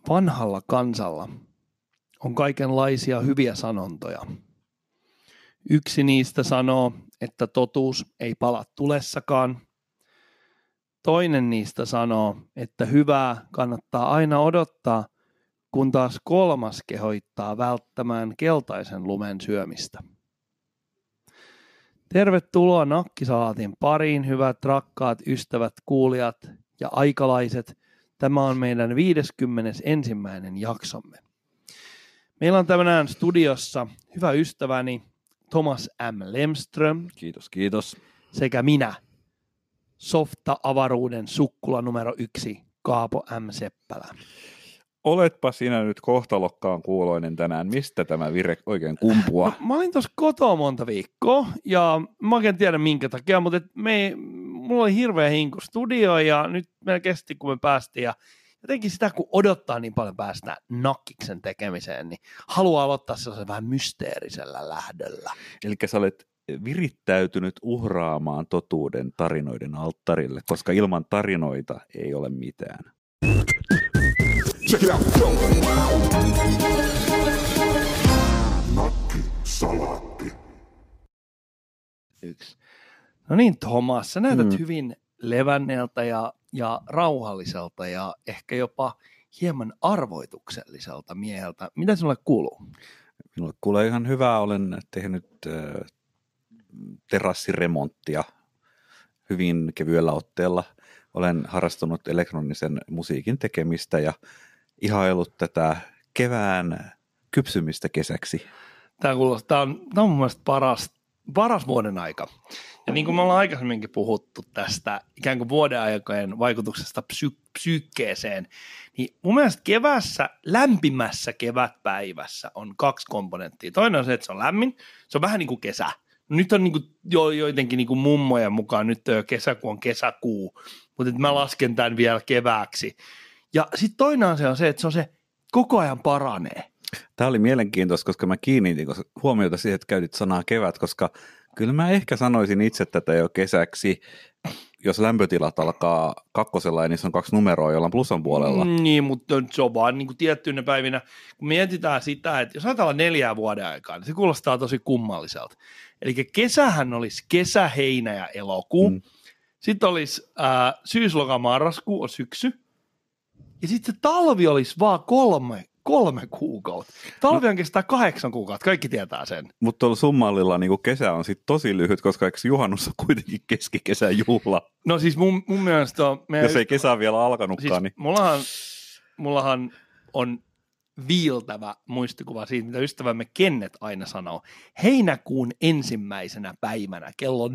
Vanhalla kansalla on kaikenlaisia hyviä sanontoja. Yksi niistä sanoo, että totuus ei pala tulessakaan. Toinen niistä sanoo, että hyvää kannattaa aina odottaa, kun taas kolmas kehoittaa välttämään keltaisen lumen syömistä. Tervetuloa Nakkisalaatin pariin, hyvät rakkaat ystävät, kuulijat ja aikalaiset. Tämä on meidän 51. jaksomme. Meillä on tänään studiossa hyvä ystäväni Thomas M. Lemström. Kiitos. Sekä minä, Softa-avaruuden sukkula numero 1, Kaapo M. Seppälä. Oletpa sinä nyt kohtalokkaan kuuloinen tänään. Mistä tämä vire oikein kumpuaa? No, mä olin tuossa kotoa monta viikkoa ja mä oikein tiedä minkä takia, mutta mulla oli hirveä hinku studio ja nyt meillä kesti kun me päästiin ja jotenkin sitä kun odottaa niin paljon päästä nakkiksen tekemiseen, niin haluaa aloittaa sellaisen vähän mysteerisellä lähdöllä. Eli sä olet virittäytynyt uhraamaan totuuden tarinoiden alttarille, koska ilman tarinoita ei ole mitään. Check it out. Nakkisalaatti. 1. No niin, Thomas, sä näytät hyvin levänneeltä ja rauhalliselta ja ehkä jopa hieman arvoitukselliselta mieheltä. Mitä sinulle kuuluu? Minulle kuulee ihan hyvää. Olen tehnyt terassiremonttia hyvin kevyellä otteella. Olen harrastunut elektronisen musiikin tekemistä ja ihaillut tätä kevään kypsymistä kesäksi. Tämä on mun mielestä paras vuoden aika. Ja niin kuin me ollaan aikaisemminkin puhuttu tästä ikään kuin vuodenaikojen vaikutuksesta psyykkeeseen, niin mun mielestä keväässä, lämpimässä kevätpäivässä on 2 komponenttia. Toinen on se, että se on lämmin, se on vähän niin kuin kesä. Nyt on niin kuin joidenkin niin kuin mummojen mukaan, nyt on jo kesäkuu on kesäkuu, mutta mä lasken tämän vielä kevääksi. Ja sitten toinen asia on se, että se koko ajan paranee. Tämä oli mielenkiintoista, koska mä kiinnitin huomiota siihen, että käytit sanaa kevät, koska kyllä mä ehkä sanoisin itse tätä jo kesäksi, jos lämpötilat alkaa 2, niin se on 2 numeroa, jolla on plussan puolella. Niin, mutta se on vaan niin kuin tiettyinä päivinä, kun mietitään sitä, että jos ajatellaan 4 vuoden aikaa, niin se kuulostaa tosi kummalliselta. Eli kesähän olisi kesä, heinä ja elokuu. Sitten olisi syys, loka, marraskuu on syksy. Ja sitten se talvi olisi vaan 3 kuukautta. Talvihan kestää 8 kuukautta, kaikki tietää sen. Mutta tuolla summallilla niin kesä on sitten tosi lyhyt, koska eikö juhannus on kuitenkin keskikesän juhla? No siis mun mielestä on... Jos ei kesä vielä alkanutkaan, siis niin... Mullahan on viiltävä muistikuva siitä, mitä ystävämme Kennet aina sanoo. Heinäkuun 1. päivänä kello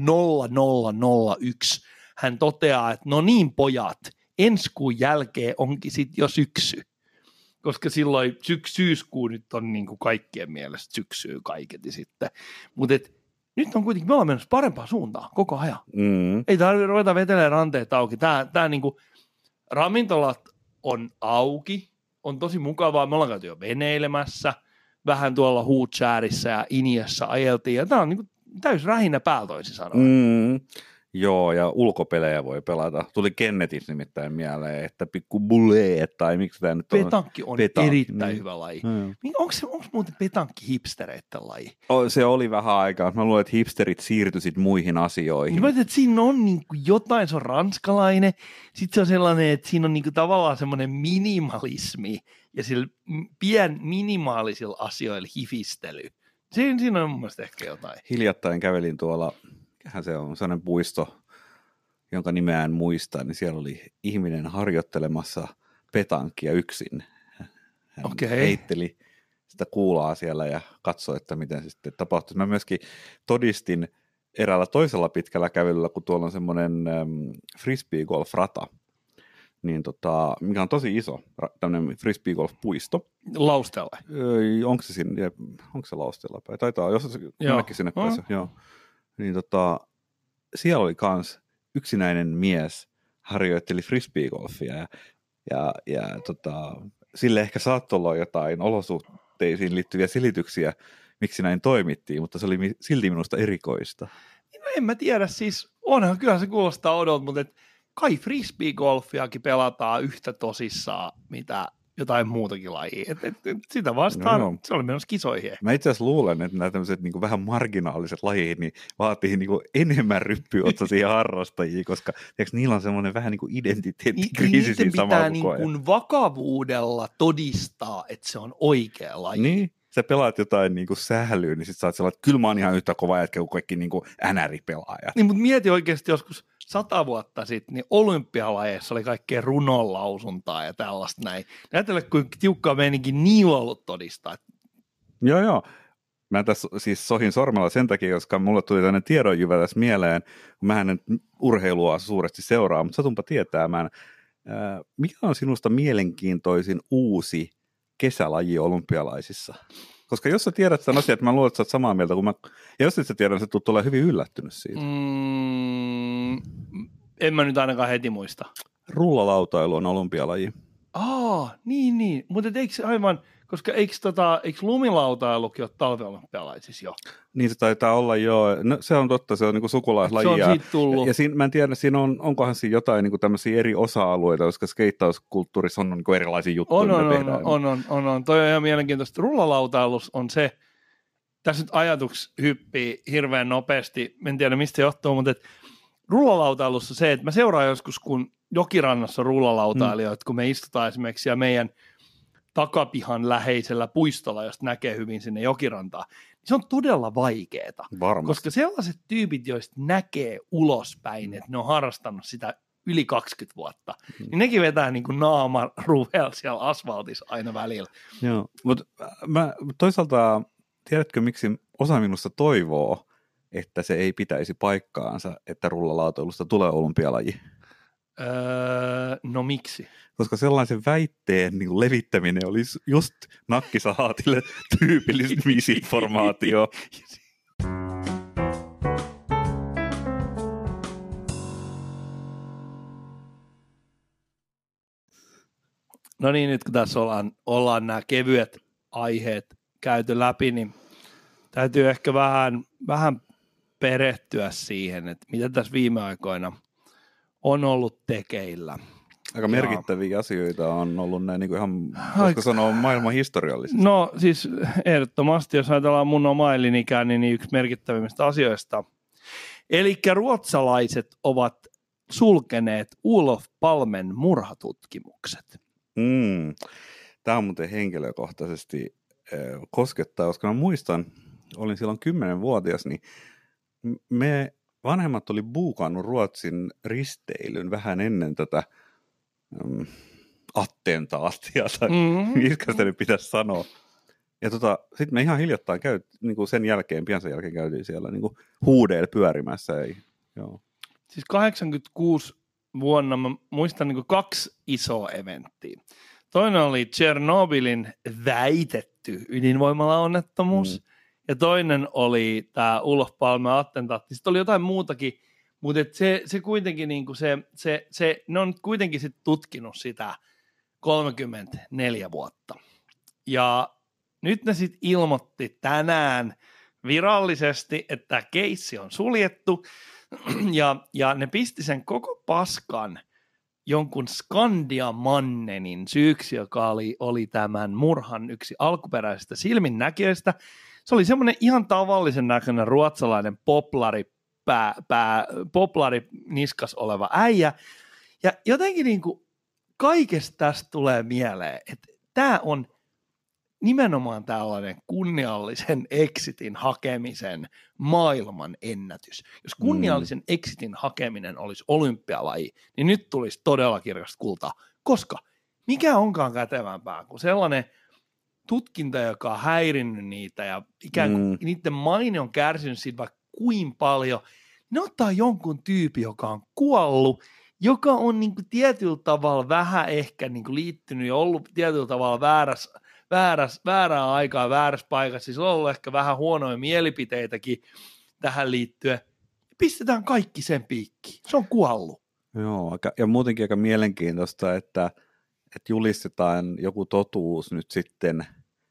0001 hän toteaa, että no niin pojat, ensi kuun jälkeen onkin sitten jo syksy. Koska silloin syyskuu nyt on niin kuin kaikkien mielestä syksyy kaiketi sitten. Mutta nyt on kuitenkin, me ollaan menossa parempaan suuntaan koko ajan. Ei tarvitse ruveta vetelemään ranteet auki. Tää niin kuin, ravintolat on auki, on tosi mukavaa. Me ollaan käyty jo veneilemässä, vähän tuolla Hootsäärissä ja Iniössä ajeltiin. Ja tää on niin kuin täys rähinä päällä toisin sanoen. Joo, ja ulkopelejä voi pelata. Tuli Kennetis nimittäin mieleen, että pikku buleet, tai miksi tämä nyt on? Petankki on erittäin hyvä laji. Onko muuten petankki hipstereiden laji? Se oli vähän aikaa. Mä luulen, että hipsterit siirtyisit muihin asioihin. Niin mä ajattelin, että siinä on niin kuin jotain, se on ranskalainen, sitten se on sellainen, että siinä on niin kuin tavallaan semmoinen minimalismi, ja sillä minimaalisilla asioilla hifistely. Siinä on mun mielestä ehkä jotain. Hiljattain kävelin tuolla... Se on sellainen puisto, jonka nimeä en muista, niin siellä oli ihminen harjoittelemassa petankkia yksin. Hän heitteli sitä kuulaa siellä ja katsoi, että miten se sitten tapahtui. Mä myöskin todistin eräällä toisella pitkällä kävelyllä, kun tuolla on semmoinen frisbee-golf-rata, niin mikä on tosi iso, tämmöinen frisbee-golf-puisto. Lausteella? Onko se lausteella päin? Taitaa, jos jonnekin sinne pääsee, joo. Niin siellä oli kans yksinäinen mies, harjoitteli frisbeegolfia ja sille ehkä saattoi olla jotain olosuhteisiin liittyviä selityksiä, miksi näin toimittiin, mutta se oli silti minusta erikoista. No en mä tiedä, siis onhan kyllä se kuulostaa odolta, mutta kai frisbeegolfiakin pelataan yhtä tosissaan, mitä jotain muutakin lajia. Sitä vastaan se oli menossa kisoihin. Mä itse asiassa luulen, että nämä tämmöiset niin vähän marginaaliset lajit niin vaatii niin enemmän ryppyotsaisia harrastajia, koska niillä on semmoinen vähän niin identiteettikriisi siinä samalla koko ajan. Niin vakavuudella todistaa, että se on oikea laji. Niin. Sä pelaat jotain niin sählyä, niin sit sä oot sellainen, että kyllä mä oon ihan yhtä kova jätkä kuin kaikki niin NR-pelaajat. Niin, mutta mieti oikeasti joskus 100 vuotta sitten, niin olympialajeissa oli kaikkea runonlausuntaa ja tällaista näin. Ajattele, kuinka tiukkaa meininkin niillä on ollut todistaa. Joo. Mä tässä siis sohin sormella sen takia, koska mulle tuli tämmöinen tiedonjyvä tässä mieleen, kun mä en urheilua suuresti seuraa, mutta satunpa tietämään. Mikä on sinusta mielenkiintoisin uusi kesälaji olympialaisissa? Koska jos sä tiedät tämän asian, että mä luulen, että sä oot samaa mieltä kuin mä, ja jos et sä tiedä, niin sä tulee hyvin yllättynyt siitä. En mä nyt ainakaan heti muista. Rullalautailu on olympialaji. Niin. Mutta eikö aivan, koska eikö lumilautailukin ole talviolympialaisissa jo? Niin se taitaa olla jo. No, se on totta, se on niinku sukulaislaji. Se on siitä tullut. Ja siinä, mä en tiedä, siinä onkohan siinä jotain niinku tämmöisiä eri osa-alueita, koska skeittauskulttuurissa on niinku erilaisia juttuja, mitä tehdään. On. Toi on ihan mielenkiintoista. Rullalautailus on se, tässä nyt ajatus hyppii hirveän nopeasti, en tiedä mistä se johtuu, mutta rullalautailussa se, että mä seuraan joskus, kun jokirannassa on rullalautailijoita, kun me istutaan esimerkiksi siellä meidän takapihan läheisellä puistolla, josta näkee hyvin sinne jokirantaan, niin se on todella vaikeeta. Varmasti. Koska sellaiset tyypit, joista näkee ulospäin, että ne on harrastanut sitä yli 20 vuotta, niin nekin vetää niin kuin naama ruvella siellä asfaltissa aina välillä. Joo, mutta mä toisaalta, tiedätkö miksi osa minusta toivoo, että se ei pitäisi paikkaansa, että rullalautailusta tulee olympialaji? No miksi? Koska sellaisen väitteen niin levittäminen olisi just nakkisahaatille tyypillistä misinformaatio. No niin, nyt kun tässä ollaan nämä kevyet aiheet käyty läpi, niin täytyy ehkä vähän perehtyä siihen, että mitä tässä viime aikoina on ollut tekeillä. Aika merkittäviä asioita on ollut näin niin kuin ihan, koska sanoo maailman historiallisesti. No siis ehdottomasti, jos ajatellaan mun omaa elinikää, niin yksi merkittävimmistä asioista. Eli ruotsalaiset ovat sulkeneet Olof Palmen murhatutkimukset. Tämä on muuten henkilökohtaisesti koskettaa, koska mä muistan, olin silloin 10-vuotias, niin me vanhemmat oli buukannut Ruotsin risteilyn vähän ennen tätä attentaattia, tai mitkä sitä nyt pitäisi sanoa. Ja sitten me ihan hiljattain niinku sen jälkeen, pian sen jälkeen käytiin siellä niinku huudeilla pyörimässä. Joo. Siis 86 vuonna mä muistan niinku 2 isoa eventtiä. Toinen oli Tšernobylin väitetty ydinvoimalaonnettomuus, ja toinen oli tämä Olof Palme attentaatti. Sitten oli jotain muutakin, mutta se kuitenkin niinku ne on kuitenkin sit tutkinut sitä 34 vuotta. Ja nyt ne sitten ilmoitti tänään virallisesti, että tämä keissi on suljettu, ja ne pisti sen koko paskan jonkun Skandia Mannenin syyksi, joka oli tämän murhan yksi alkuperäisistä silminnäkijöistä. Se oli semmoinen ihan tavallisen näköinen ruotsalainen poplari niskas oleva äijä. Ja jotenkin niin kuin kaikesta tästä tulee mieleen, että tämä on nimenomaan tällainen kunniallisen exitin hakemisen maailman ennätys. Jos kunniallisen exitin hakeminen olisi olympialaji, niin nyt tulisi todella kirkasta kultaa. Koska mikä onkaan kätevämpää kuin sellainen tutkinta, joka on häirinnyt niitä ja ikään kuin niiden maine on kärsinyt siitä vaikka kuin paljon. Ne ottaa jonkun tyypin, joka on kuollut, joka on niin kuin tietyllä tavalla vähän ehkä niin kuin liittynyt ja ollut tietyllä tavalla väärään aikaan, väärässä paikassa, siis on ollut ehkä vähän huonoja mielipiteitäkin tähän liittyen. Pistetään kaikki sen piikkiin. Se on kuollut. Joo, ja muutenkin aika mielenkiintoista, että julistetaan joku totuus nyt sitten,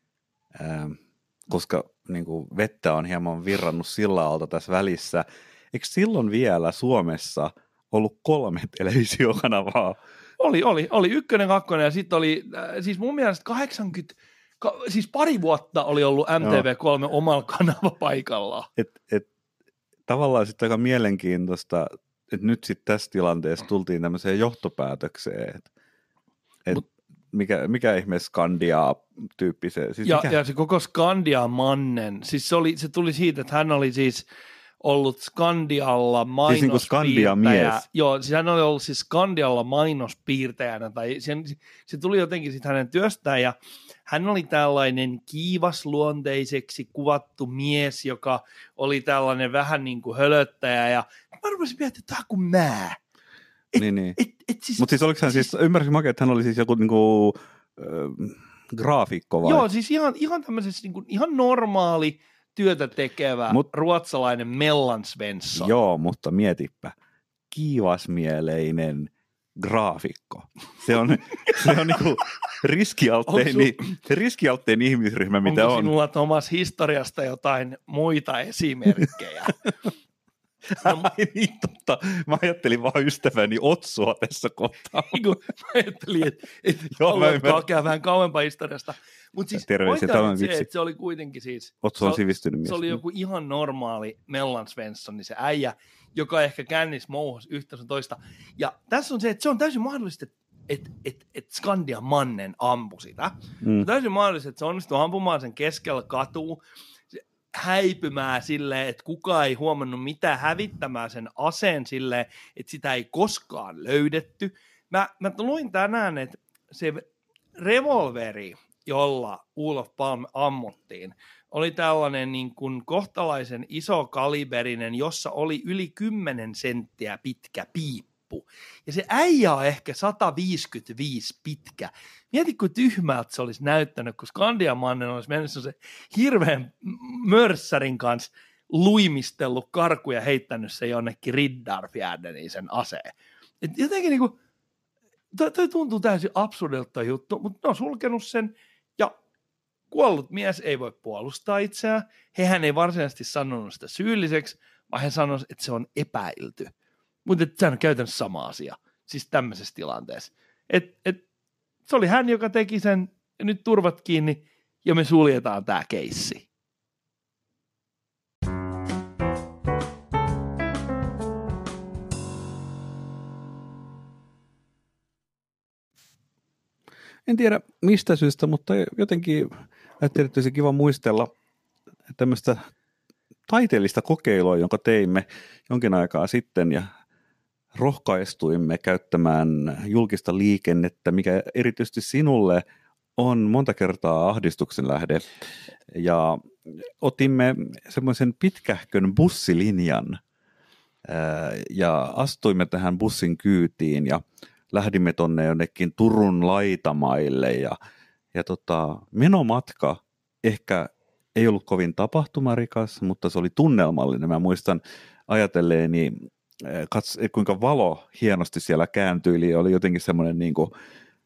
koska niin kuin vettä on hieman virrannut sillalta tässä välissä. Eikö silloin vielä Suomessa ollut 3 televisiokanavaa? Oli 1, 2 ja sitten oli, siis mun mielestä 80, siis pari vuotta oli ollut MTV3 omalla kanavapaikallaan. Tavallaan sitten aika mielenkiintoista, että nyt sitten tässä tilanteessa tultiin tämmöiseen johtopäätökseen, että mikä ihme Skandia-tyyppiseen. Siis ja se koko Skandia-mannen, siis se tuli siitä, että hän oli siis ollut Skandialla mainospiirtäjä. Siis niin Skandia-mies. Joo, siis hän oli ollut siis Skandialla mainospiirtäjänä, tai se tuli jotenkin sitten hänen työstään, ja hän oli tällainen kiivasluonteiseksi kuvattu mies, joka oli tällainen vähän niin kuin hölöttäjä, ja mä rupesin miettimään, että tämä on kuin mä. Niin. Mutta siis oliko hän siis, ymmärsin mä, että hän oli siis joku niinku, graafikko vai? Joo, siis ihan tämmöisessä niinku, ihan normaali työtä tekevä ruotsalainen Mellan Svensson. Joo, mutta mietipä, kiivasmieleinen graafikko. Se on niinku riskialttein ihmisryhmä, mitä on. Onko sinulla Thomas historiasta jotain muita esimerkkejä? Ai niin, totta. Mä ajattelin vaan ystäväni Otsua tässä kohtaa. Mä ajattelin, että haluatko käydä vähän kauempaa historiasta. Mutta siis se oli kuitenkin siis... Otsu on sivistynyt mies. Se oli joku ihan normaali Mellan Svensson, niin se äijä, joka ehkä kännis mouhos yhtä sun toista. Ja tässä on se, että se on täysin mahdollista, että Skandia Mannen ampui sitä. On täysin mahdollista, että se onnistui ampumaan sen keskellä katua, häipymään silleen, että kukaan ei huomannut mitään, hävittämään sen aseen silleen, että sitä ei koskaan löydetty. Mä luin tänään, että se revolveri, jolla Olof Palme ammuttiin, oli tällainen niin kuin kohtalaisen isokaliberinen, jossa oli yli 10 senttiä pitkä piippu. Ja se äijä on ehkä 155 pitkä. Mieti, kun tyhmältä se olisi näyttänyt, kun Skandiamannen olisi mennyt se hirveän mörssärin kanssa luimistellut karkuun ja heittänyt se jonnekin Riddarfjärdeniin sen aseen. Et jotenkin niin kuin, toi tuntuu täysin absurdilta juttu, mutta ne on sulkenut sen, ja kuollut mies ei voi puolustaa itseään. Hehän ei varsinaisesti sanonut sitä syylliseksi, vaan he sanoivat, että se on epäilty. Mutta sehän on käytännössä sama asia, siis tämmöisessä tilanteessa. Se oli hän, joka teki sen, ja nyt turvat kiinni, ja me suljetaan tämä keissi. En tiedä mistä syystä, mutta jotenkin ajattelin, että olisi kiva muistella tämmöistä taiteellista kokeilua, jonka teimme jonkin aikaa sitten, ja rohkaistuimme käyttämään julkista liikennettä, mikä erityisesti sinulle on monta kertaa ahdistuksen lähde. Ja otimme semmoisen pitkähkön bussilinjan ja astuimme tähän bussin kyytiin ja lähdimme tonne jonnekin Turun laitamaille. Ja menomatka ehkä ei ollut kovin tapahtumarikas, mutta se oli tunnelmallinen. Mä muistan ajatelleeni, kuinka valo hienosti siellä kääntyi, eli oli jotenkin semmoinen niin kuin,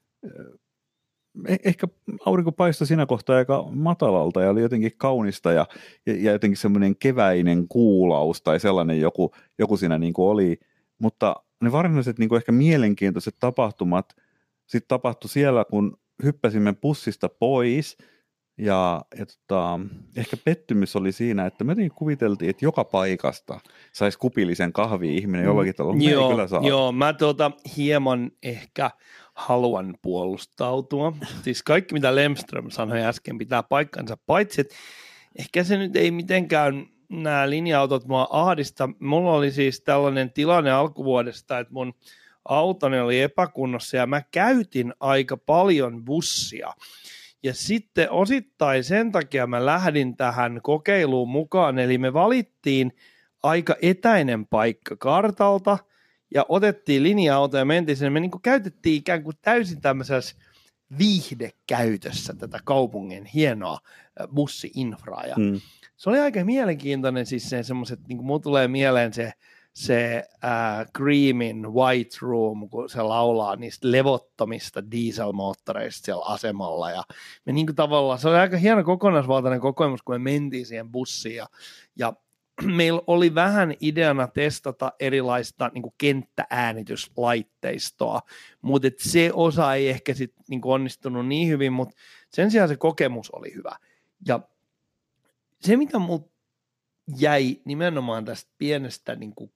ehkä aurinko paistoi siinä kohtaa aika matalalta ja oli jotenkin kaunista ja jotenkin semmoinen keväinen kuulaus tai sellainen joku siinä niin kuin oli, mutta ne varsinaiset niin kuin ehkä mielenkiintoiset tapahtumat sitten tapahtui siellä, kun hyppäsimme bussista pois. Ja ehkä pettymys oli siinä, että me kuviteltiin, että joka paikasta saisi kupillisen kahvia ihminen jollakin tavalla. Joo, mä hieman ehkä haluan puolustautua. Siis kaikki, mitä Lemström sanoi äsken, pitää paikkansa, paitsi että ehkä se nyt ei mitenkään nämä linja-autot mua ahdista. Mulla oli siis tällainen tilanne alkuvuodesta, että mun autoni oli epäkunnossa ja mä käytin aika paljon bussia. Ja sitten osittain sen takia mä lähdin tähän kokeiluun mukaan, eli me valittiin aika etäinen paikka kartalta ja otettiin linja-auto ja mentiin sinne. Me niin kuin käytettiin ikään kuin täysin tämmöisessä viihdekäytössä tätä kaupungin hienoa bussi-infraa. Ja se oli aika mielenkiintoinen, siis se semmoiset, niin kuin mulla tulee mieleen se Creamin White Room, kun se laulaa niistä levottomista dieselmoottoreista siellä asemalla. Ja me niin kuin tavallaan, se oli aika hieno kokonaisvaltainen kokemus, kun me mentiin siihen bussiin ja meillä oli vähän ideana testata erilaista niin kuin kenttääänityslaitteistoa, mutta se osa ei ehkä sit, niin kuin onnistunut niin hyvin, mutta sen sijaan se kokemus oli hyvä. Ja se, mitä mut jäi nimenomaan tästä pienestä niin kuin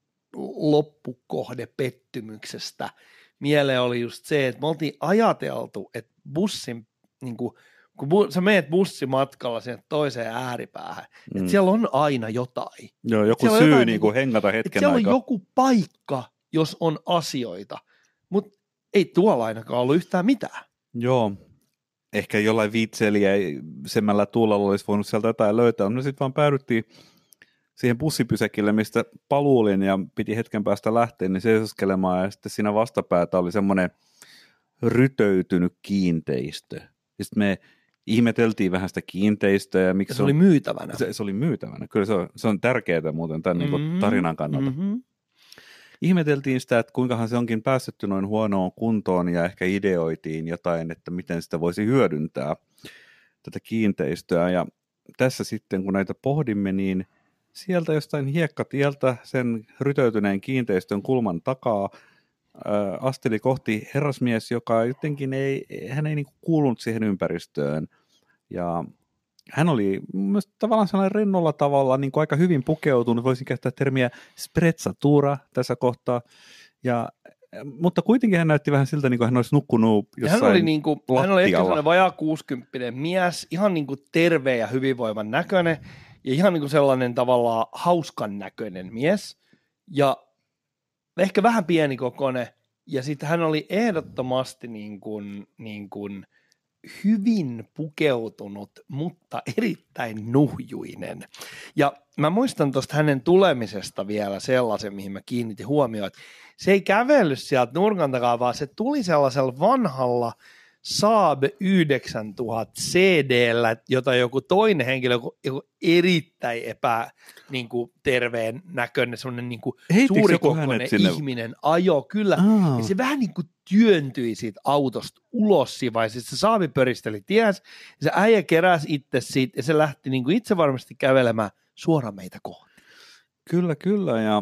loppukohdepettymyksestä mieleen oli just se, että me oltiin ajateltu, että bussin, niin kuin, kun sä meet bussimatkalla sinne toiseen ääripäähän, että siellä on aina jotain. Joo, joku syy jotain, niin kuin hengata hetken siellä aikaa. on joku paikka, jos on asioita, mutta ei tuolla ainakaan ollut yhtään mitään. Joo, ehkä jollain viitseliäisemmällä tuulella olisi voinut sieltä jotain löytää, mutta sitten vaan päädyttiin siihen bussipysäkille, mistä paluulin ja piti hetken päästä lähteä, niin seisoskelemaan, ja sitten siinä vastapäätä oli semmoinen rytöytynyt kiinteistö. Sitten me ihmeteltiin vähän sitä kiinteistöä. Ja miksi se oli myytävänä. Se oli myytävänä, kyllä se on tärkeää muuten tämän niin kuin tarinan kannalta. Ihmeteltiin sitä, että kuinkahan se onkin päästetty noin huonoon kuntoon, ja ehkä ideoitiin jotain, että miten sitä voisi hyödyntää, tätä kiinteistöä. Ja tässä sitten, kun näitä pohdimme, niin sieltä jostain hiekkatieltä sen rytöytyneen kiinteistön kulman takaa asteli kohti herrasmies, joka jotenkin hän ei niin kuin kuulunut siihen ympäristöön. Ja hän oli myös tavallaan sellainen rennolla tavalla niin kuin aika hyvin pukeutunut, voisin käyttää termiä sprezzatura tässä kohtaa. Mutta kuitenkin hän näytti vähän siltä, niin kuin hän olisi nukkunut jossain lattialla. Hän oli ehkä sellainen vajaa 60-vuotias mies, ihan niin kuin terve ja hyvinvoivan näköinen, ja ihan niin kuin sellainen tavallaan hauskan näköinen mies, ja ehkä vähän pienikokoinen, ja sitten hän oli ehdottomasti niin kuin hyvin pukeutunut, mutta erittäin nuhjuinen. Ja mä muistan tuosta hänen tulemisesta vielä sellaisen, mihin mä kiinnitin huomioon, että se ei kävellyt sieltä nurkan takaa, vaan se tuli sellaisella vanhalla Saab 9000 CD:llä, jota joku toinen henkilö, joku erittäin niin kuin terveen näköinen, semmoinen niin kuin suurikokoinen ihminen ajo, kyllä. Ja se vähän niin kuin työntyi siitä autosta ulos siinä vaiheessa, se Saabi pöristeli ties, ja se äijä keräsi itse siitä, ja se lähti niin kuin itse varmasti kävelemään suoraan meitä kohti. Kyllä, ja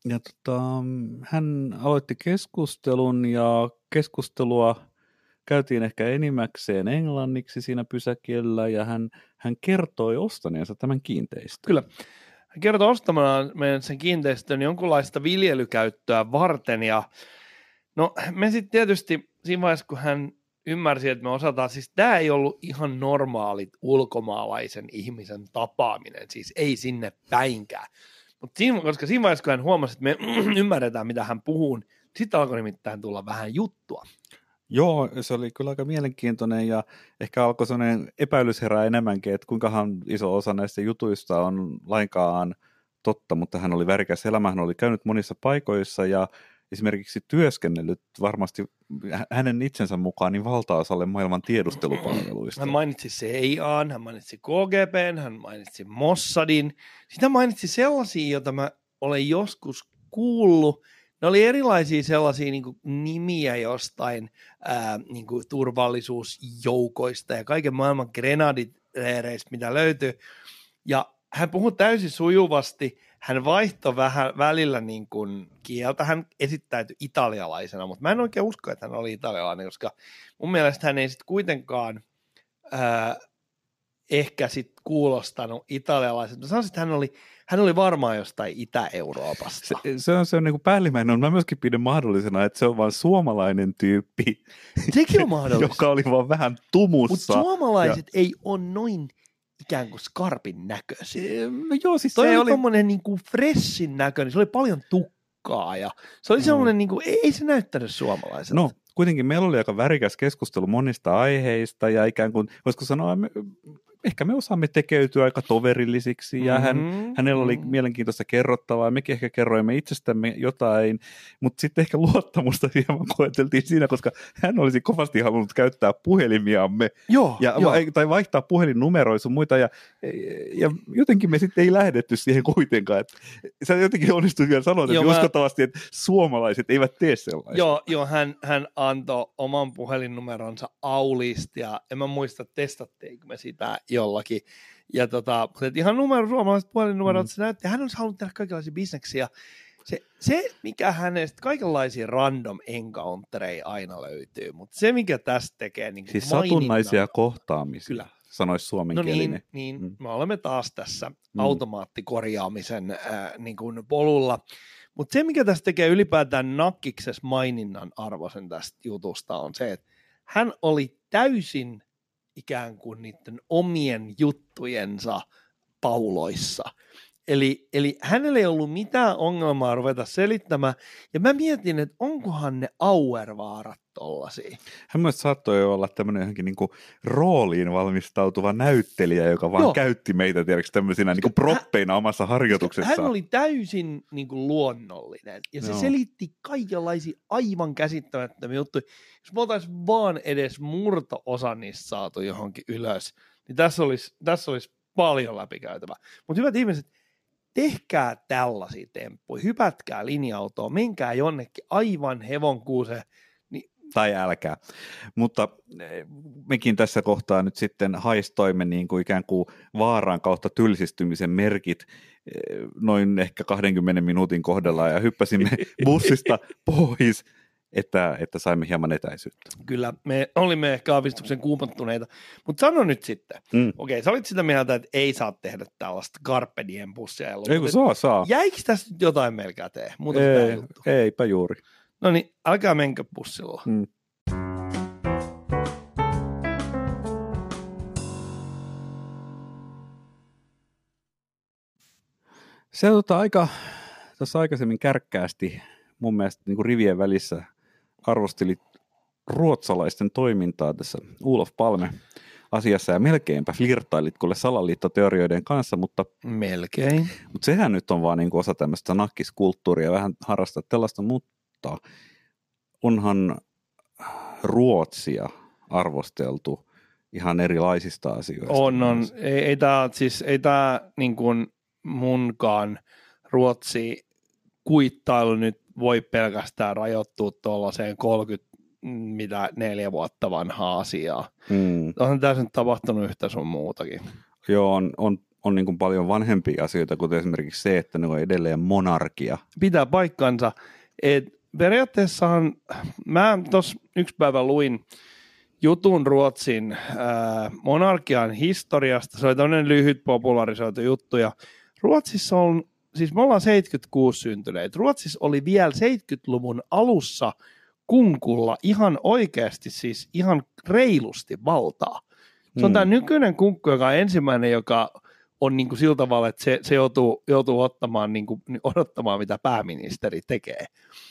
hän aloitti keskustelun, ja keskustelua käytiin ehkä enimmäkseen englanniksi siinä pysäkillä, ja hän kertoi ostaneensa tämän kiinteistön. Kyllä. Hän kertoi ostamaan meidän sen kiinteistön jonkunlaista viljelykäyttöä varten, ja no me sitten tietysti siinä vaiheessa, kun hän ymmärsi, että me osataan, siis tämä ei ollut ihan normaalit ulkomaalaisen ihmisen tapaaminen, siis ei sinne päinkään. Mutta koska siinä vaiheessa, kun hän huomasi, että me ymmärretään, mitä hän puhuu, sitten alkoi nimittäin tulla vähän juttua. Joo, se oli kyllä aika mielenkiintoinen, ja ehkä alkoi sellainen epäilys herää enemmänkin, että kuinkahan iso osa näistä jutuista on lainkaan totta, mutta hän oli värikäs elämä, hän oli käynyt monissa paikoissa ja esimerkiksi työskennellyt varmasti hänen itsensä mukaan niin valtaosalle maailman tiedustelupalveluista. Hän mainitsi CIA:n, hän mainitsi KGB:n, hän mainitsi Mossadin. Sitä mainitsi sellaisia, joita mä olen joskus kuullut. Ne oli erilaisia sellaisia niin kuin nimiä jostain niin kuin turvallisuusjoukoista ja kaiken maailman grenadileereistä, mitä löytyy. Ja hän puhui täysin sujuvasti. Hän vaihtoi vähän välillä niin kuin kieltä. Hän esittäytyi italialaisena, mutta mä en oikein usko, että hän oli italialainen, koska mun mielestä hän ei sitten kuitenkaan ehkä sitten kuulostanut italialaiselta. Mä sanoisin, että hän oli varmaan jostain Itä-Euroopasta. Se on niin kuin päällimmäinen. Mä myöskin pidän mahdollisena, että se on vaan suomalainen tyyppi. Sekin on mahdollista. Joka oli vaan vähän tumussa. Mutta suomalaiset ei ole noin ikään kuin skarpin näköisiä. Joo, siis toi oli tommonen niin kuin freshin näköinen. Se oli paljon tukkaa ja se oli semmoinen, niin kuin, ei se näyttänyt suomalaiselta. No, kuitenkin meillä oli aika värikäs keskustelu monista aiheista ja ikään kuin, voisiko sanoa, ehkä me osaamme tekeytyä aika toverillisiksi ja hänellä oli mielenkiintoista kerrottavaa. Mekin ehkä kerroimme itsestämme jotain, mutta sitten ehkä luottamusta hieman koeteltiin siinä, koska hän olisi kovasti halunnut käyttää puhelimiamme tai vaihtaa puhelinnumeroja sun muita ja jotenkin me sitten ei lähdetty siihen kuitenkaan. Sä jotenkin onnistuit vielä sanoa, että uskottavasti, että suomalaiset eivät tee sellaista. Joo, hän antoi oman puhelinnumeronsa Aulista ja en mä muista, testatteiko me sitä jollakin. Ja ihan suomalaiset puhelinnumerot se näytti, hän olisi halunnut tehdä kaikenlaisia bisneksiä. Se, mikä hänestä, kaikenlaisia random encountereja aina löytyy, mutta se, mikä tästä tekee niin siis satunnaisia kohtaamisia, kyllä. Sanoisi suomenkielinen. No niin, me olemme taas tässä automaattikorjaamisen niin kuin polulla. Mutta se, mikä tästä tekee ylipäätään nakkikses maininnan arvoisen tästä jutusta, on se, että hän oli täysin ikään kuin niiden omien juttujensa pauloissa. Eli hänellä ei ollut mitään ongelmaa ruveta selittämään, ja mä mietin, että onkohan ne Auervaarat tollasia. Hän myös saattoi olla tämmöinen johonkin niinku rooliin valmistautuva näyttelijä, joka vaan käytti meitä tämmöisinä niinku proppeina omassa harjoituksessaan. Hän oli täysin niinku luonnollinen, ja se selitti kaikenlaisia aivan käsittämättömiä juttuja. Jos me oltaisiin vaan edes murto-osa niistä saatu johonkin ylös, niin tässä olisi paljon läpikäytävää. Mutta hyvät ihmiset, tehkää tällaisia temppuja, hypätkää linja-autoon, menkää jonnekin aivan hevonkuuseen. Tai älkää. Mutta mekin tässä kohtaa nyt sitten haistoimme niin kuin ikään kuin vaaran kautta tylsistymisen merkit noin ehkä 20 minuutin kohdalla ja hyppäsimme bussista pois, että saimme hieman etäisyyttä. Kyllä, me olimme ehkä aavistuksen kuumottuneita, mutta sano nyt sitten. Okei, sä olit sitä mieltä, että ei saa tehdä tällaista Carpe Diem bussia. Ei kun saa. Jäikö tästä nyt jotain meillä käteen? Eipä juuri. No niin, älkää menkö bussilla. Se tuossa aikaisemmin kärkkäästi mun mielestä niin kuin rivien välissä arvostelit ruotsalaisten toimintaa tässä Olof Palme-asiassa ja melkeinpä flirttailit kuule salaliittoteorioiden kanssa, mutta melkein. Mutta sehän nyt on vaan niin kuin osa tämmöistä nakkiskulttuuria, vähän harrastaa tällaista, mutta onhan Ruotsia arvosteltu ihan erilaisista asioista. On. Ei tämä niin kuin munkaan Ruotsi kuittailu nyt voi pelkästään rajoittua tuollaiseen 34 vuotta vanhaa asiaa. On tässä nyt tapahtunut yhtä sun muutakin. Joo, on niin kuin paljon vanhempia asioita, kuten esimerkiksi se, että ne on edelleen monarkia. Pitää paikkansa. Periaatteessahan mä tuossa yksi päivä luin jutun Ruotsin monarkian historiasta. Se oli tämmöinen lyhyt popularisoitu juttu. Ja Ruotsissa on, siis me ollaan 76 syntyneet. Ruotsissa oli vielä 70-luvun alussa kunkulla ihan oikeasti, siis ihan reilusti valtaa. Se on tämä nykyinen kunkku, joka on ensimmäinen, joka on niin kuin sillä tavalla, että se joutuu odottamaan, mitä pääministeri tekee.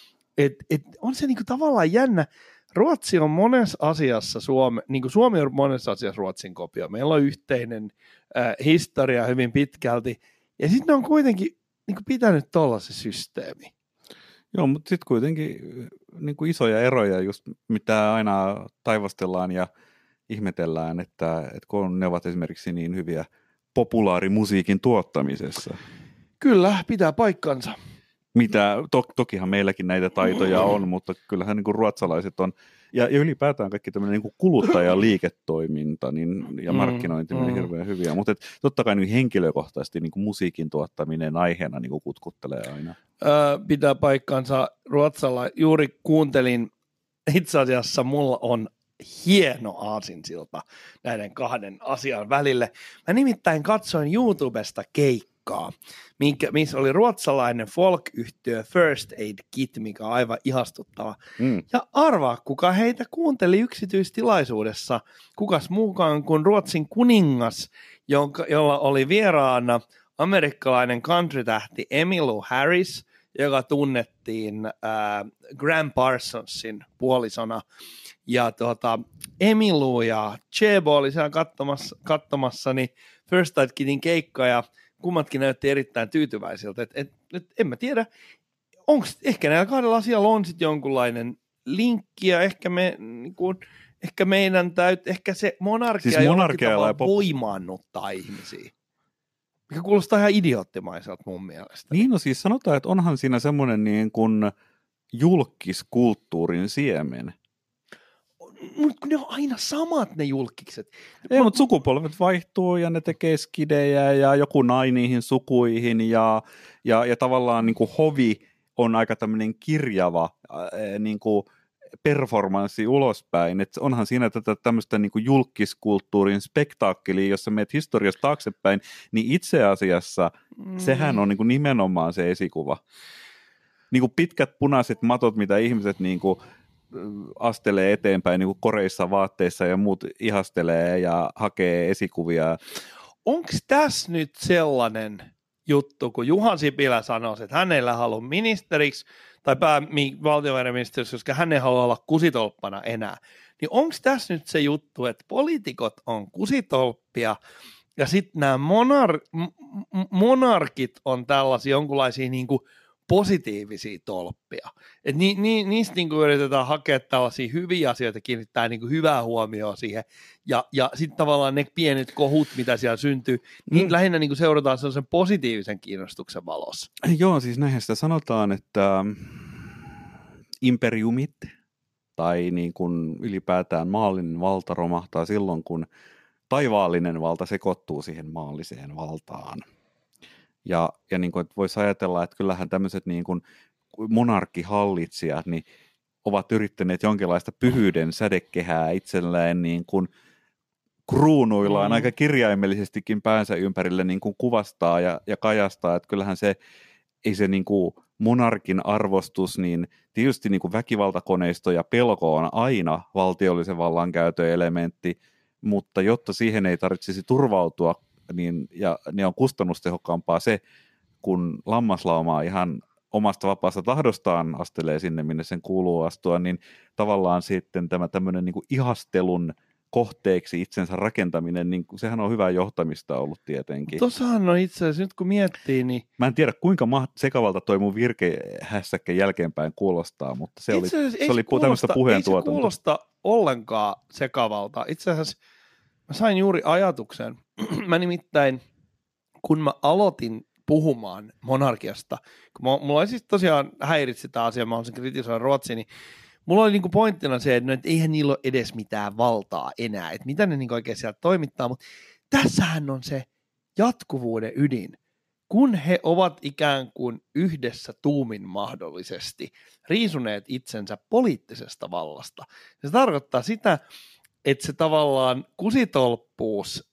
On se niin kuin tavallaan jännä. Ruotsi on monessa asiassa Suomi on monessa asiassa Ruotsin kopio. Meillä on yhteinen historia hyvin pitkälti. Ja sitten ne on kuitenkin niin kuin pitänyt tuollaisen systeemi. Joo, mutta sitten kuitenkin niin kuin isoja eroja, just mitä aina taivastellaan ja ihmetellään, että kun ne ovat esimerkiksi niin hyviä populaarimusiikin tuottamisessa. Kyllä, pitää paikkansa. Tokihan meilläkin näitä taitoja on, mutta kyllähän niin kuin ruotsalaiset on, ja ylipäätään kaikki tämmöinen niin kuin kuluttajaliiketoiminta ja markkinointi on hirveän hyviä, mutta totta kai niin henkilökohtaisesti niin kuin musiikin tuottaminen aiheena niin kuin kutkuttelee aina. Pitää paikkansa Ruotsalla. Juuri kuuntelin, itse asiassa mulla on hieno aasinsilta näiden kahden asian välille. Mä nimittäin katsoin YouTubesta keikkaa, missä oli ruotsalainen folk-yhtiö First Aid Kit, mikä on aivan ihastuttava. Ja arvaa, kuka heitä kuunteli yksityistilaisuudessa, kukas muukaan kuin Ruotsin kuningas, jolla oli vieraana amerikkalainen country-tähti Emmylou Harris, joka tunnettiin Graham Parsonsin puolisona. Ja Emmylou ja Chebo oli siellä katsomassa niin First Aid Kitin keikka, ja kummatkin näytti erittäin tyytyväisiltä. En mä tiedä, ehkä näillä kahdella asialla on sitten jonkunlainen linkki, ja ehkä meidän ehkä se monarkia siis jollakin tavalla voimaannuttaa ihmisiä. Mikä kuulostaa ihan idioottimaiselta mun mielestä. Niin, no siis sanotaan, että onhan siinä semmoinen niin kuin julkiskulttuurin siemen. Mutta ne on aina samat ne julkikset. Ei, mutta sukupolvet vaihtuu ja ne tekee skidejä ja joku nai niihin sukuihin ja tavallaan niin kuin hovi on aika tämmöinen kirjava niin kuin performanssi ulospäin. Et onhan siinä tätä tämmöistä niin kuin julkiskulttuurin spektaakkelia, jossa menet historiasta taaksepäin, niin itse asiassa sehän on niin kuin nimenomaan se esikuva. Niin kuin pitkät punaiset matot, mitä ihmiset niin kuin astelee eteenpäin niin kuin koreissa vaatteissa ja muut ihastelee ja hakee esikuvia. Onko tässä nyt sellainen juttu, kun Juha Sipilä sanoi, että hän ei halua ministeriksi tai valtiovarainministeriksi, koska hän ei halua olla kusitolppana enää, niin onko tässä nyt se juttu, että poliitikot on kusitolppia ja sitten nämä monarkit on tällaisia jonkunlaisia niin kuin positiivisia tolppia. Et niistä niinku yritetään hakea tällaisia hyviä asioita, kiinnittää niinku hyvää huomioon siihen, ja sitten tavallaan ne pienet kohut, mitä siellä syntyy, niin lähinnä niinku seurataan sellaisen positiivisen kiinnostuksen valossa. Joo, siis näinhän sitä sanotaan, että imperiumit tai niin kuin ylipäätään maallinen valta romahtaa silloin, kun taivaallinen valta sekoittuu siihen maalliseen valtaan. Ja niin kuin, että voisi ajatella, että kyllähän tämmöiset niin kuin monarkkihallitsijat niin ovat yrittäneet jonkinlaista pyhyyden sädekehää itselleen niin kuin kruunuillaan aika kirjaimellisestikin päänsä ympärille niin kuin kuvastaa ja kajastaa, että kyllähän se ei se niin kuin monarkin arvostus, niin tietysti niin kuin väkivaltakoneisto ja pelko on aina valtiollisen vallankäytön elementti, mutta jotta siihen ei tarvitsisi turvautua, niin, ja ne on kustannustehokkaampaa se, kun lammaslaumaa ihan omasta vapaasta tahdostaan astelee sinne, minne sen kuuluu astua, niin tavallaan sitten tämä tämmöinen niin kuin ihastelun kohteeksi itsensä rakentaminen, niin sehän on hyvää johtamista ollut tietenkin. Tuossahan on itse asiassa, nyt kun miettii, niin... Mä en tiedä, kuinka sekavalta toi mun virkehässäkkä jälkeenpäin kuulostaa, mutta se oli tämmöistä puheentuotantoa. Ei se kuulosta ollenkaan sekavalta. Itse asiassa mä sain juuri ajatuksen. Mä nimittäin, kun mä aloitin puhumaan monarkiasta, kun mulla oli siis tosiaan häiritsi tämä asia, mä haluaisin kritisoida Ruotsia, niin mulla oli niinku pointtina se, että eihän niillä ole edes mitään valtaa enää, että mitä ne niinku oikein sieltä toimittaa, mutta tässähän on se jatkuvuuden ydin, kun he ovat ikään kuin yhdessä tuumin mahdollisesti riisuneet itsensä poliittisesta vallasta. Se tarkoittaa sitä, että se tavallaan kusitolppuus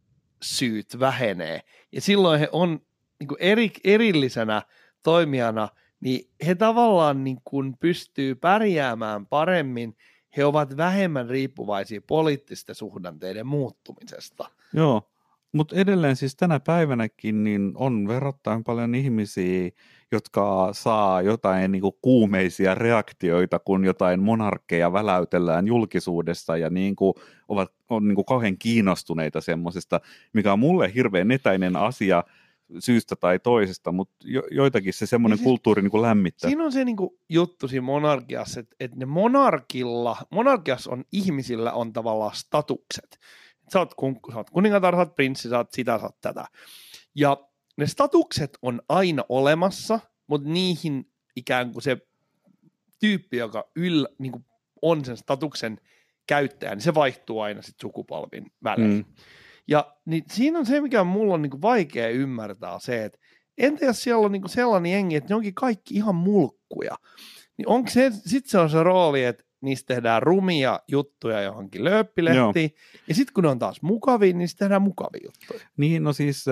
syyt vähenee, ja silloin he on niinku erillisenä toimijana, niin he tavallaan niin kuin pystyy pärjäämään paremmin, he ovat vähemmän riippuvaisia poliittisten suhdanteiden muuttumisesta. Joo, mutta edelleen siis tänä päivänäkin niin on verrattain paljon ihmisiä, jotka saa jotain niin kuin kuumeisia reaktioita, kun jotain monarkkeja väläytellään julkisuudessa ja niin kuin on niin kuin kauhean kiinnostuneita semmoisesta, mikä on mulle hirveän etäinen asia, syystä tai toisesta, mutta joitakin se semmoinen siis, kulttuuri niin kuin lämmittää. Siinä on se niin kuin juttu siinä monarkiassa, että ne monarkiassa on ihmisillä on tavallaan statukset. Sä oot kuningatar, sä oot prinssi, sä oot sitä, sä oot tätä. Ja ne statukset on aina olemassa, mutta niihin ikään kuin se tyyppi, joka niin kuin on sen statuksen käyttäjä, niin se vaihtuu aina sit sukupolvin välein. Ja niin siinä on se, mikä mulla on niinku vaikea ymmärtää se, että entä jos siellä on niinku sellainen jengi, että ne onkin kaikki ihan mulkkuja, niin onko se, sitten se on se rooli, että niistä tehdään rumia juttuja johonkin lööppilehtiin, ja sitten kun ne on taas mukavia, niin niistä tehdään mukavia juttuja. Niin, no siis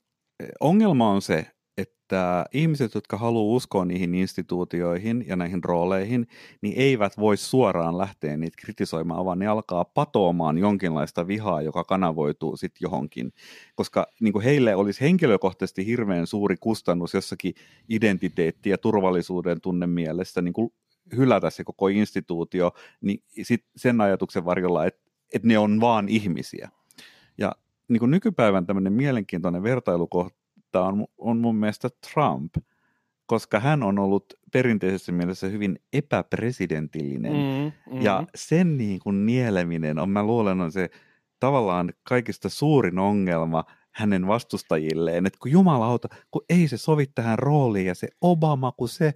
ongelma on se, että ihmiset, jotka haluaa uskoa niihin instituutioihin ja näihin rooleihin, niin eivät voi suoraan lähteä niitä kritisoimaan, vaan ne alkaa patoamaan jonkinlaista vihaa, joka kanavoituu sitten johonkin. Koska niin kuin heille olisi henkilökohtaisesti hirveän suuri kustannus jossakin identiteetti- ja turvallisuuden tunnemielessä niin kuin hylätä se koko instituutio, niin sit sen ajatuksen varjolla, että ne on vaan ihmisiä. Ja niin kuin nykypäivän tämmöinen mielenkiintoinen vertailukohta on mun mielestä Trump, koska hän on ollut perinteisessä mielessä hyvin epäpresidentillinen. Ja sen niin kuin nieleminen on, mä luulen, on se tavallaan kaikista suurin ongelma hänen vastustajilleen, että kun jumalauta, kun ei se sovi tähän rooliin ja se Obama, kun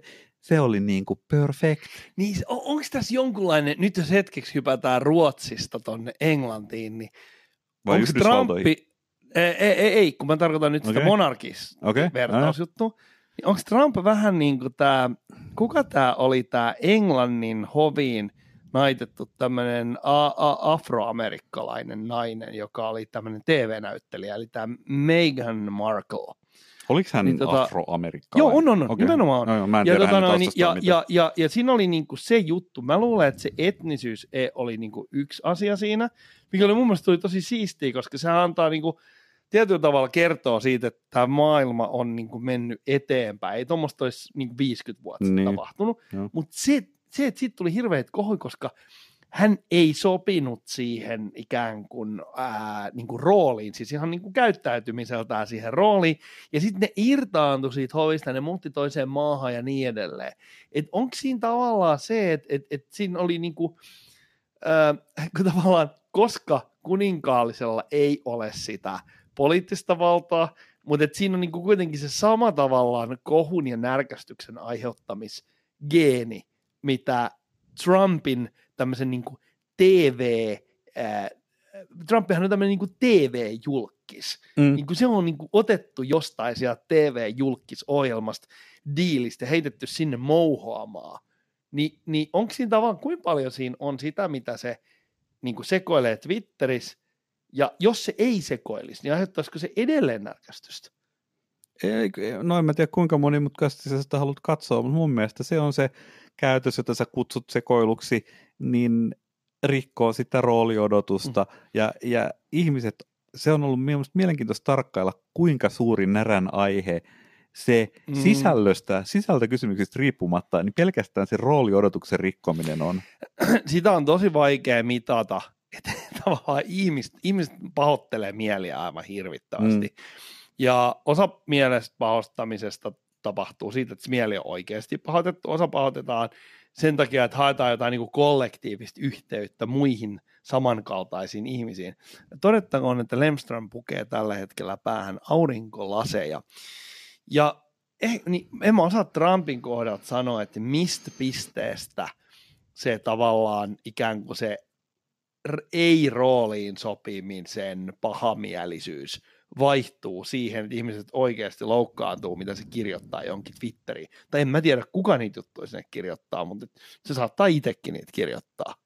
Se oli niin kuin perfect. Niin, onko tässä jonkunlainen, nyt jos hetkeksi hypätään Ruotsista tonne Englantiin, niin vai onko Trumpi, ei, kun mä tarkoitan nyt sitä monarkis-vertausjuttua, niin onko Trump vähän niin kuin tämä, kuka tämä oli tämä Englannin hoviin naitettu tämmöinen afroamerikkalainen nainen, joka oli tämmöinen TV-näyttelijä, eli tämä Meghan Markle. Oliko hän niin, afroamerikkalainen? Joo, on. Okay. Nimenomaan. No, mä en tiedä ja siinä oli niinku se juttu. Mä luulen, että se etnisyys oli niinku yksi asia siinä, mikä oli mun mielestä tosi siistiä, koska se antaa niinku tietyllä tavalla kertoa siitä, että tämä maailma on niinku mennyt eteenpäin. Ei tuommoista olisi niinku 50 vuotta tapahtunut, mutta se, että siitä tuli hirveät kohui, koska hän ei sopinut siihen ikään kuin rooliin, siis ihan niin kuin käyttäytymiseltään siihen rooliin, ja sitten ne irtaantui siitä hovista, ne muutti toiseen maahan ja niin edelleen. Et onko siinä tavallaan se, että siinä oli niin kuin, tavallaan, koska kuninkaallisella ei ole sitä poliittista valtaa, mutta siinä on niin kuin kuitenkin se sama tavallaan kohun ja närkästyksen aiheuttamisgeeni, mitä Trumpin tämmöisen niin kuin Trumpihan on tämmöinen niin kuin TV-julkkis. Niin kuin se on niin kuin otettu jostain sieltä TV-julkkisohjelmasta, diilistä, heitetty sinne mouhoamaan. Niin onko siinä tavallaan, kuinka paljon siinä on sitä, mitä se niin kuin sekoilee Twitterissä, ja jos se ei sekoilisi, niin aiheuttaisiko se edelleen närkästystä? No en mä tiedä kuinka monimutkaisesti sä sitä haluat katsoa, mutta mun mielestä se on se käytös, jota sä kutsut sekoiluksi, niin rikkoo sitä rooliodotusta. Ja ihmiset, se on ollut mielestäni mielenkiintoista tarkkailla, kuinka suuri närän aihe se sisältökysymyksistä riippumatta, niin pelkästään se rooliodotuksen rikkominen on. Sitä on tosi vaikea mitata, että tavallaan ihmiset pahoittelee mieliä aivan hirvittävästi. Ja osa mielestä pahoittamisesta tapahtuu siitä, että mieli on oikeasti pahoitettu. Osa pahoitetaan sen takia, että haetaan jotain niin kuin kollektiivista yhteyttä muihin samankaltaisiin ihmisiin. Todettakoon, että Lemström pukee tällä hetkellä päähän aurinkolaseja. Ja niin en mä osaa Trumpin kohdalta sanoa, että mistä pisteestä se tavallaan ikään kuin se ei-rooliin sopimisen pahamielisyys vaihtuu siihen, että ihmiset oikeasti loukkaantuu, mitä se kirjoittaa jonkin Twitteriin. Tai en mä tiedä, kuka niitä juttuja sinne kirjoittaa, mutta se saattaa itsekin niitä kirjoittaa.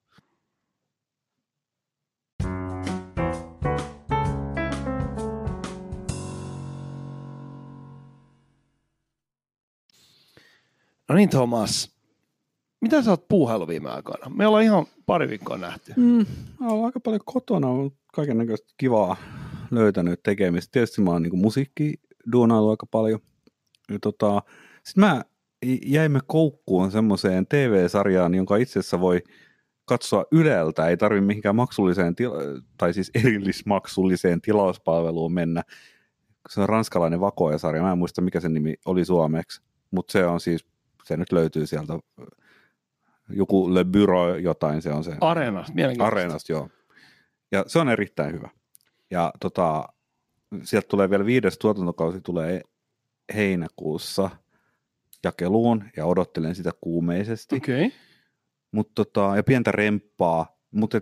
No niin, Thomas. Mitä sä oot puuhaillut viime aikoina? Me ollaan ihan pari viikkoa nähty. Ollaan aika paljon kotona, on kaikennäköistä kivaa löytänyt tekemistä. Tietysti mä oon niin musiikki duunaillut aika paljon. Sitten jäimme koukkuun semmoiseen TV-sarjaan, jonka itse asiassa voi katsoa Yleltä. Ei tarvitse mihinkään maksulliseen, tai siis erillismaksulliseen tilauspalveluun mennä. Se on ranskalainen Vakoja-sarja. Mä en muista, mikä sen nimi oli suomeksi. Mutta se on siis, se nyt löytyy sieltä, joku Le Bureau jotain, se on se. Areenasta, mielenkiintoista. Areenasta, joo. Ja se on erittäin hyvä. Ja sieltä tulee vielä 5. tuotantokausi tulee heinäkuussa jakeluun, ja odottelen sitä kuumeisesti. Okei. Ja pientä remppaa, mutta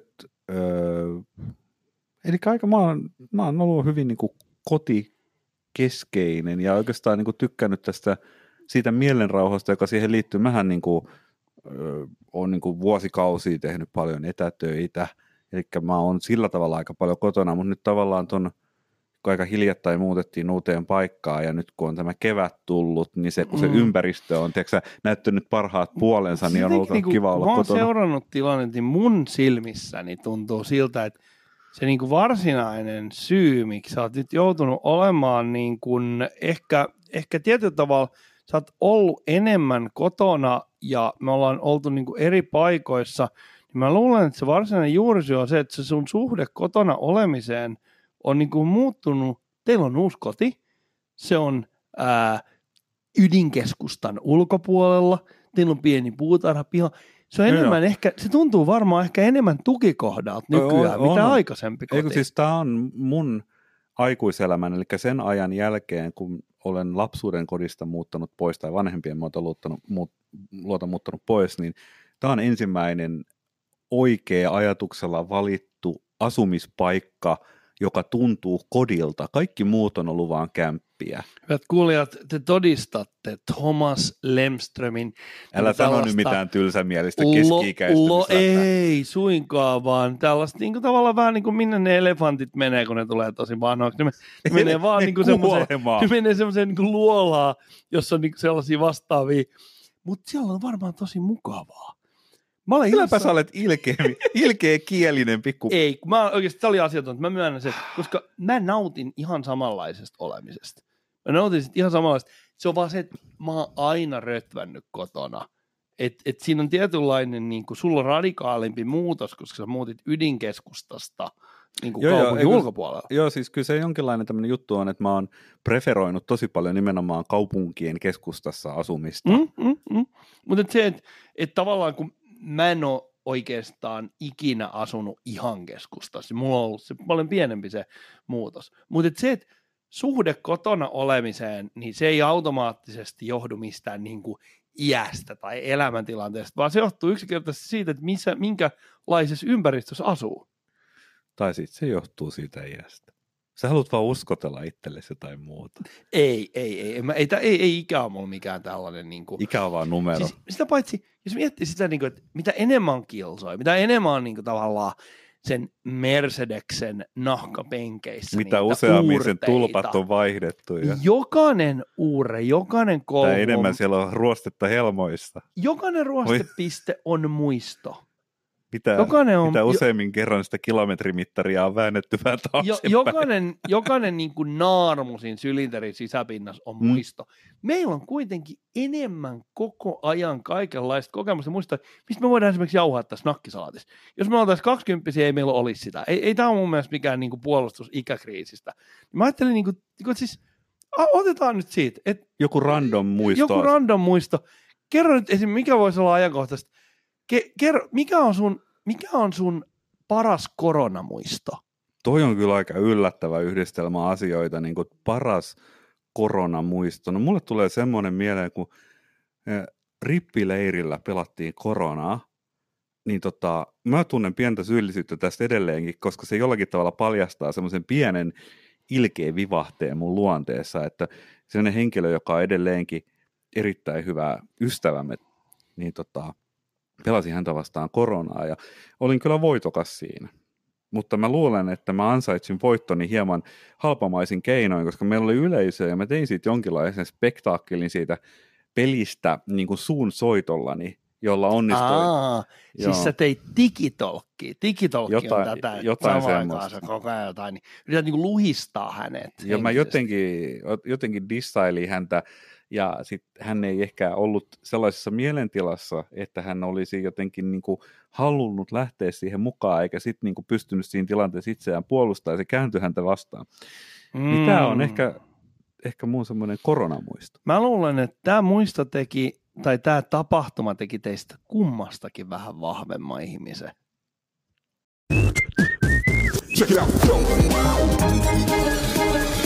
eli mä oon ollut hyvin niin kuin kotikeskeinen, ja oikeastaan niin kuin tykkännyt siitä mielenrauhasta, joka siihen liittyy. Mähän niin kuin, olen niin kuin vuosikausia tehnyt paljon etätöitä, eli mä oon sillä tavalla aika paljon kotona, mutta nyt tavallaan kun aika hiljattain muutettiin uuteen paikkaan, ja nyt kun on tämä kevät tullut, niin se, kun se ympäristö on näyttänyt parhaat puolensa, niin on ollut niin kiva olla kotona. Mä oon seurannut tilannetta, niin mun silmissäni tuntuu siltä, että se niin kuin varsinainen syy, miksi sä oot nyt joutunut olemaan niin kuin ehkä tietyllä tavalla, sä oot ollut enemmän kotona ja me ollaan oltu niin kuin eri paikoissa, niin mä luulen, että se varsinainen juurisyy on se, että se sun suhde kotona olemiseen on niin kuin muuttunut. Teillä on uusi koti, se on ydinkeskustan ulkopuolella, teillä on pieni puutarhapiha. Se on enemmän se tuntuu varmaan ehkä enemmän tukikohdalta nykyään, mitä aikaisempi koti. Eikö siis tää on mun aikuiselämän, eli sen ajan jälkeen, kun olen lapsuuden kodista muuttanut pois tai vanhempien luota muuttanut pois, niin tämä on ensimmäinen oikea ajatuksella valittu asumispaikka, joka tuntuu kodilta. Kaikki muut on ollut vaan kämppiä. Hyvät kuulijat, te todistatte Thomas Lemströmin. Älä sano nyt mitään tylsämielistä keski-ikäistä. Ei suinkaan, vaan tällaista niin kuin tavallaan vähän niin kuin minne ne elefantit menee, kun ne tulee tosi vanhoiksi. Ne menee vaan niin kuin semmoiseen niin kuin luolaan, jossa on niin kuin sellaisia vastaavia. Mutta siellä on varmaan tosi mukavaa. Kylläpä sä olet ilkeä kielinen pikku. Ei, oikeasti tämä oli asiatonta. Mä myönnän sen, koska mä nautin ihan samanlaisesta olemisesta. Mä nautin ihan samanlaisesta. Se on vaan se, että mä oon aina rötvännyt kotona. Et siinä on tietynlainen, niin kuin, sulla on radikaalimpi muutos, koska sä muutit ydinkeskustasta niin kuin kaupungin ulkopuolella. Joo, siis kyllä se jonkinlainen tämmöinen juttu on, että mä oon preferoinut tosi paljon nimenomaan kaupunkien keskustassa asumista. Mutta se, että tavallaan kun mä en ole oikeastaan ikinä asunut ihan keskustassa. Mulla on ollut se paljon pienempi se muutos. Mutta se, että suhde kotona olemiseen, niin se ei automaattisesti johdu mistään niin kuin iästä tai elämäntilanteesta, vaan se johtuu yksinkertaisesti siitä, että minkälaisessa ympäristössä asuu. Tai sitten se johtuu siitä iästä. Sä haluat vaan uskotella itsellesi jotain muuta. Ei ikä on mulla mikään tällainen. Niin kuin, ikä on vaan numero. Siis, sitä paitsi, jos miettii sitä, niin kuin, että mitä enemmän on kilsoi, mitä enemmän on niin kuin, tavallaan sen Mercedeksen nahkapenkeissä. Mitä useammin sen tulpat on vaihdettu. Ja jokainen uure, jokainen kolmo. Tai enemmän siellä on ruostetta helmoista. Jokainen ruostepiste on muisto. Mitä useimmin kerran sitä kilometrimittaria on väännetty vähän taaksepäin. Jokainen niin kuin naarmu siinä sylinterin sisäpinnassa on muisto. Meillä on kuitenkin enemmän koko ajan kaikenlaista kokemusta muista, mistä me voidaan esimerkiksi jauhaa tässä nakkisalatissa. Jos me oltaisiin 20, ei meillä olisi sitä. Ei tämä ole mun mielestä mikään niin kuin puolustus ikäkriisistä. Mä ajattelin, niin kuin, siis otetaan nyt siitä. Että joku random muisto. Kerro nyt esimerkiksi, mikä voisi olla ajankohtaista. Kerro, mikä on sun paras koronamuisto? Toi on kyllä aika yllättävä yhdistelmä asioita, niin kuin paras koronamuisto. No mulle tulee semmoinen mieleen, kun rippileirillä pelattiin koronaa, niin mä tunnen pientä syyllisyyttä tästä edelleenkin, koska se jollakin tavalla paljastaa semmoisen pienen ilkeä vivahteen mun luonteessa, että sellainen henkilö, joka on edelleenkin erittäin hyvä ystävämme, niin pelasin häntä vastaan koronaa ja olin kyllä voitokas siinä. Mutta mä luulen, että mä ansaitsin voittoni hieman halpamaisin keinoin, koska meillä oli yleisö ja mä tein siitä jonkinlaisen spektaakkelin siitä pelistä niin kuin suun soitollani, jolla onnistui. Siis sä teit digitolkki. Digitolkki on tätä jotain semmoista. Koko ajan jotain, niin yrität niin kuin luhistaa hänet. Ja mä jotenkin dissailin häntä. Ja sitten hän ei ehkä ollut sellaisessa mielentilassa, että hän olisi jotenkin niin kuin halunnut lähteä siihen mukaan, eikä sitten niin kuin pystynyt siinä tilanteessa itseään puolustamaan, ja se kääntyi häntä vastaan. Niin tämä on ehkä mun semmoinen koronamuisto. Mä luulen, että tämä tapahtuma teki teistä kummastakin vähän vahvemman ihmisen. Check it out.